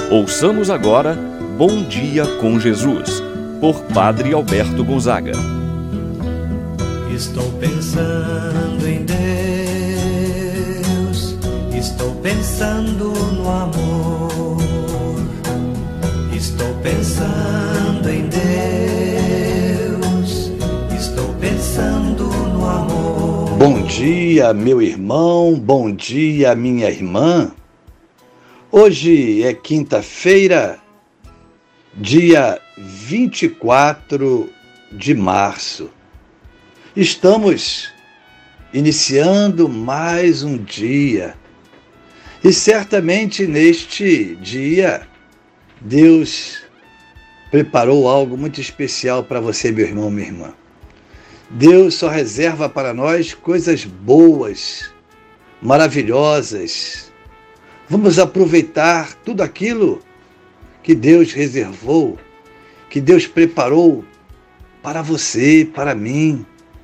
Ouçamos agora Bom Dia com Jesus, por Padre Alberto Gonzaga. Estou pensando em Deus, estou pensando no amor, estou pensando em Deus, estou pensando no amor. Bom dia, meu irmão, bom dia, minha irmã. Hoje é quinta-feira, dia 24 de março. Estamos iniciando mais um dia. E certamente neste dia, Deus preparou algo muito especial para você, meu irmão, minha irmã. Deus só reserva para nós coisas boas, maravilhosas. Vamos aproveitar tudo aquilo que Deus reservou, que Deus preparou para você, para mim.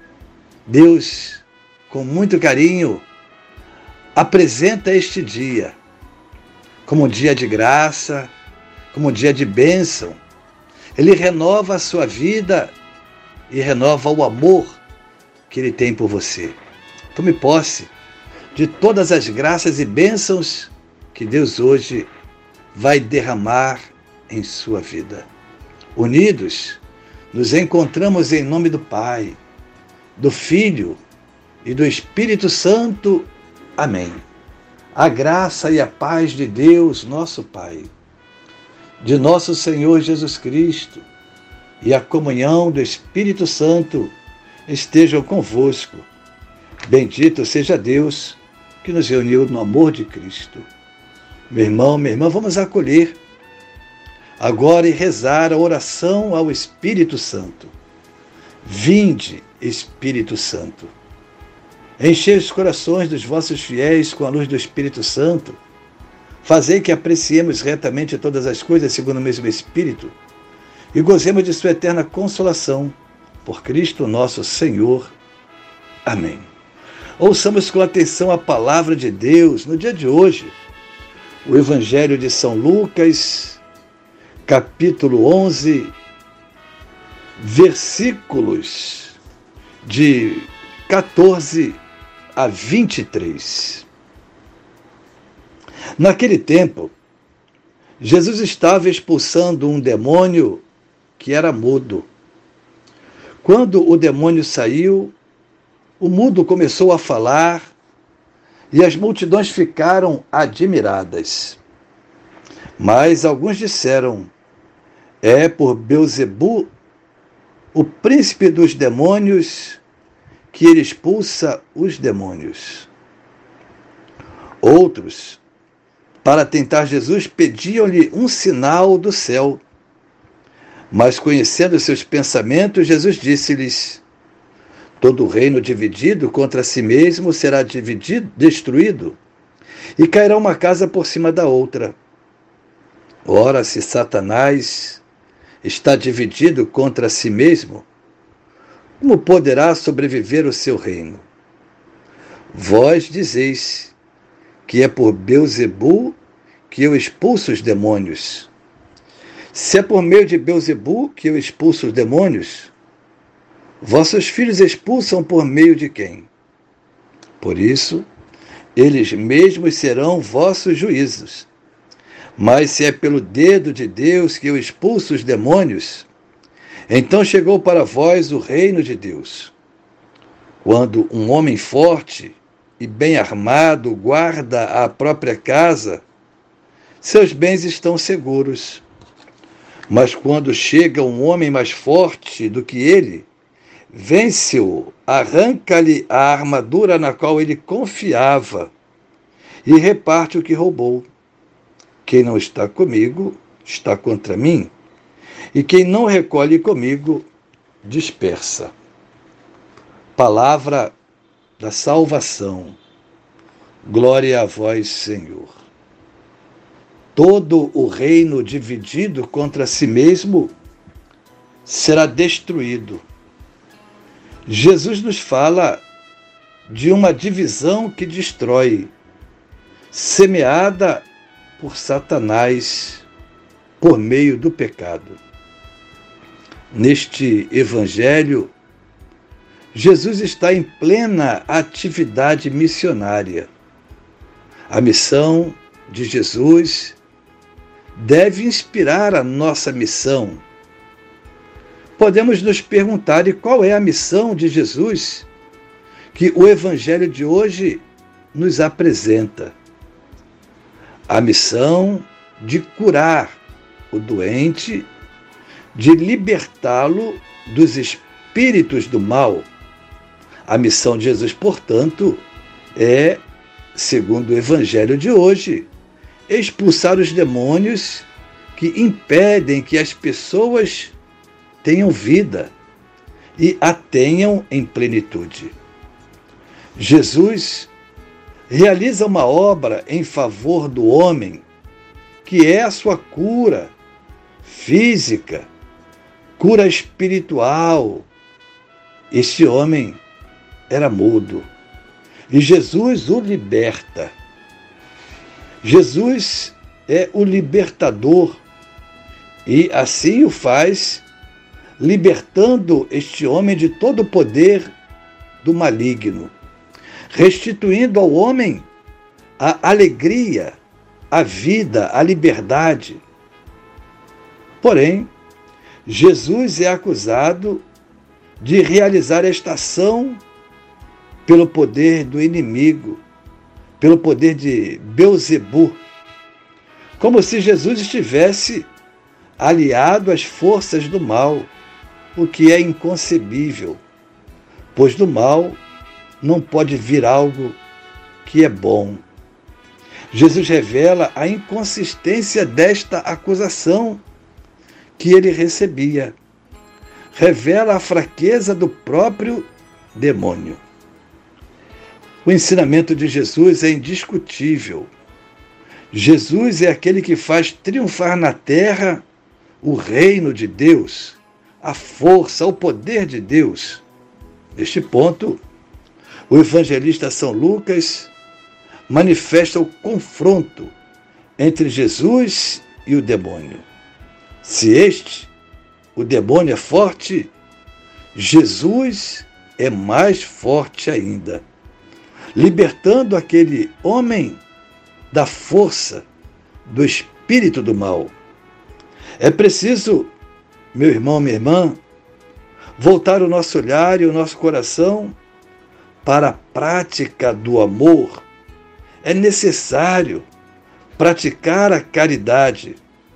Deus, com muito carinho, apresenta este dia como um dia de graça, como um dia de bênção. Ele renova a sua vida e renova o amor que Ele tem por você. Tome posse de todas as graças e bênçãos que Deus hoje vai derramar em sua vida. Unidos, nos encontramos em nome do Pai, do Filho e do Espírito Santo. Amém. A graça e a paz de Deus, nosso Pai, de nosso Senhor Jesus Cristo e a comunhão do Espírito Santo estejam convosco. Bendito seja Deus que nos reuniu no amor de Cristo. Meu irmão, minha irmã, vamos acolher agora e rezar a oração ao Espírito Santo. Vinde, Espírito Santo. Enchei os corações dos vossos fiéis com a luz do Espírito Santo. Fazei que apreciemos retamente todas as coisas segundo o mesmo Espírito e gozemos de sua eterna consolação. Por Cristo nosso Senhor. Amém. Ouçamos com atenção a palavra de Deus no dia de hoje. O Evangelho de São Lucas, capítulo 11, versículos de 14 a 23. Naquele tempo, Jesus estava expulsando um demônio que era mudo. Quando o demônio saiu, o mudo começou a falar e as multidões ficaram admiradas. Mas alguns disseram: é por Beelzebu, o príncipe dos demônios, que ele expulsa os demônios. Outros, para tentar Jesus, pediam-lhe um sinal do céu. Mas, conhecendo seus pensamentos, Jesus disse-lhes: todo reino dividido contra si mesmo será destruído, e cairá uma casa por cima da outra. Ora, se Satanás está dividido contra si mesmo, como poderá sobreviver o seu reino? Vós dizeis que é por Beelzebu que eu expulso os demônios. Se é por meio de Beelzebu que eu expulso os demônios, vossos filhos expulsam por meio de quem? Por isso, eles mesmos serão vossos juízos. Mas se é pelo dedo de Deus que eu expulso os demônios, então chegou para vós o reino de Deus. Quando um homem forte e bem armado guarda a própria casa, seus bens estão seguros. Mas quando chega um homem mais forte do que ele, vence-o, arranca-lhe a armadura na qual ele confiava e reparte o que roubou. Quem não está comigo, está contra mim, e quem não recolhe comigo, dispersa. Palavra da salvação. Glória a vós, Senhor. Todo o reino dividido contra si mesmo será destruído. Jesus nos fala de uma divisão que destrói, semeada por Satanás por meio do pecado. Neste evangelho, Jesus está em plena atividade missionária. A missão de Jesus deve inspirar a nossa missão. Podemos nos perguntar: e qual é a missão de Jesus que o evangelho de hoje nos apresenta? A missão de curar o doente, de libertá-lo dos espíritos do mal. A missão de Jesus, portanto, é, segundo o evangelho de hoje, expulsar os demônios que impedem que as pessoas tenham vida e a tenham em plenitude. Jesus realiza uma obra em favor do homem, que é a sua cura física, cura espiritual. Este homem era mudo e Jesus o liberta. Jesus é o libertador e assim o faz, libertando este homem de todo o poder do maligno, restituindo ao homem a alegria, a vida, a liberdade. Porém, Jesus é acusado de realizar esta ação pelo poder do inimigo, pelo poder de Beelzebu, como se Jesus estivesse aliado às forças do mal, o que é inconcebível, pois do mal não pode vir algo que é bom. Jesus revela a inconsistência desta acusação que ele recebia. Revela a fraqueza do próprio demônio. O ensinamento de Jesus é indiscutível. Jesus é aquele que faz triunfar na terra o reino de Deus, a força, o poder de Deus. Neste ponto, o evangelista São Lucas manifesta o confronto entre Jesus e o demônio. Se o demônio é forte, Jesus é mais forte ainda, libertando aquele homem da força do espírito do mal. É preciso, meu irmão, minha irmã, voltar o nosso olhar e o nosso coração para a prática do amor. É necessário praticar a caridade,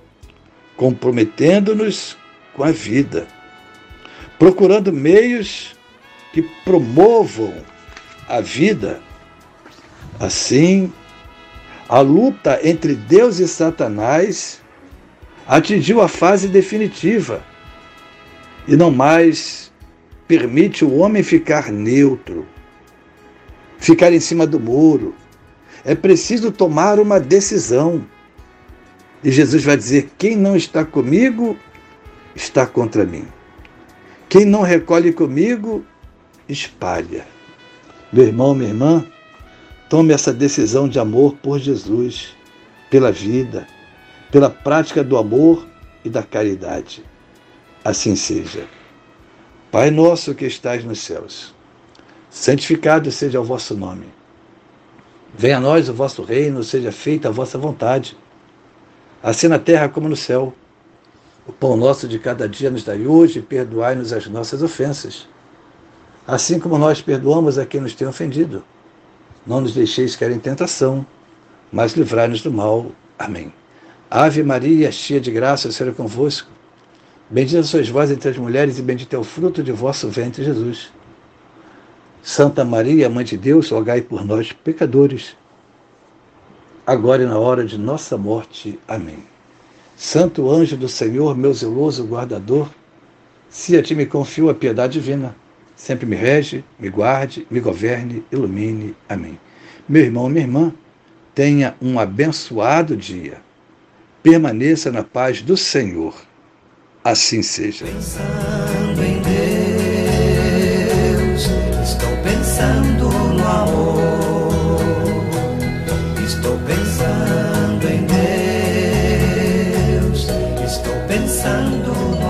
comprometendo-nos com a vida, procurando meios que promovam a vida. Assim, a luta entre Deus e Satanás atingiu a fase definitiva e não mais permite o homem ficar neutro, ficar em cima do muro. É preciso tomar uma decisão. E Jesus vai dizer: quem não está comigo, está contra mim. Quem não recolhe comigo, espalha. Meu irmão, minha irmã, tome essa decisão de amor por Jesus, pela vida, pela prática do amor e da caridade. Assim seja. Pai nosso que estais nos céus, santificado seja o vosso nome. Venha a nós o vosso reino, seja feita a vossa vontade, assim na terra como no céu. O pão nosso de cada dia nos dai hoje, e perdoai-nos as nossas ofensas, assim como nós perdoamos a quem nos tem ofendido. Não nos deixeis cair em tentação, mas livrai-nos do mal. Amém. Ave Maria, cheia de graça, o Senhor é convosco. Bendita sois vós entre as mulheres, e bendito é o fruto de vosso ventre, Jesus. Santa Maria, Mãe de Deus, rogai por nós, pecadores, agora e na hora de nossa morte. Amém. Santo anjo do Senhor, meu zeloso guardador, se a ti me confio a piedade divina, sempre me rege, me guarde, me governe, ilumine. Amém. Meu irmão, minha irmã, tenha um abençoado dia. Permaneça na paz do Senhor. Assim seja. Pensando em Deus, estou pensando no amor. Estou pensando em Deus, pensando no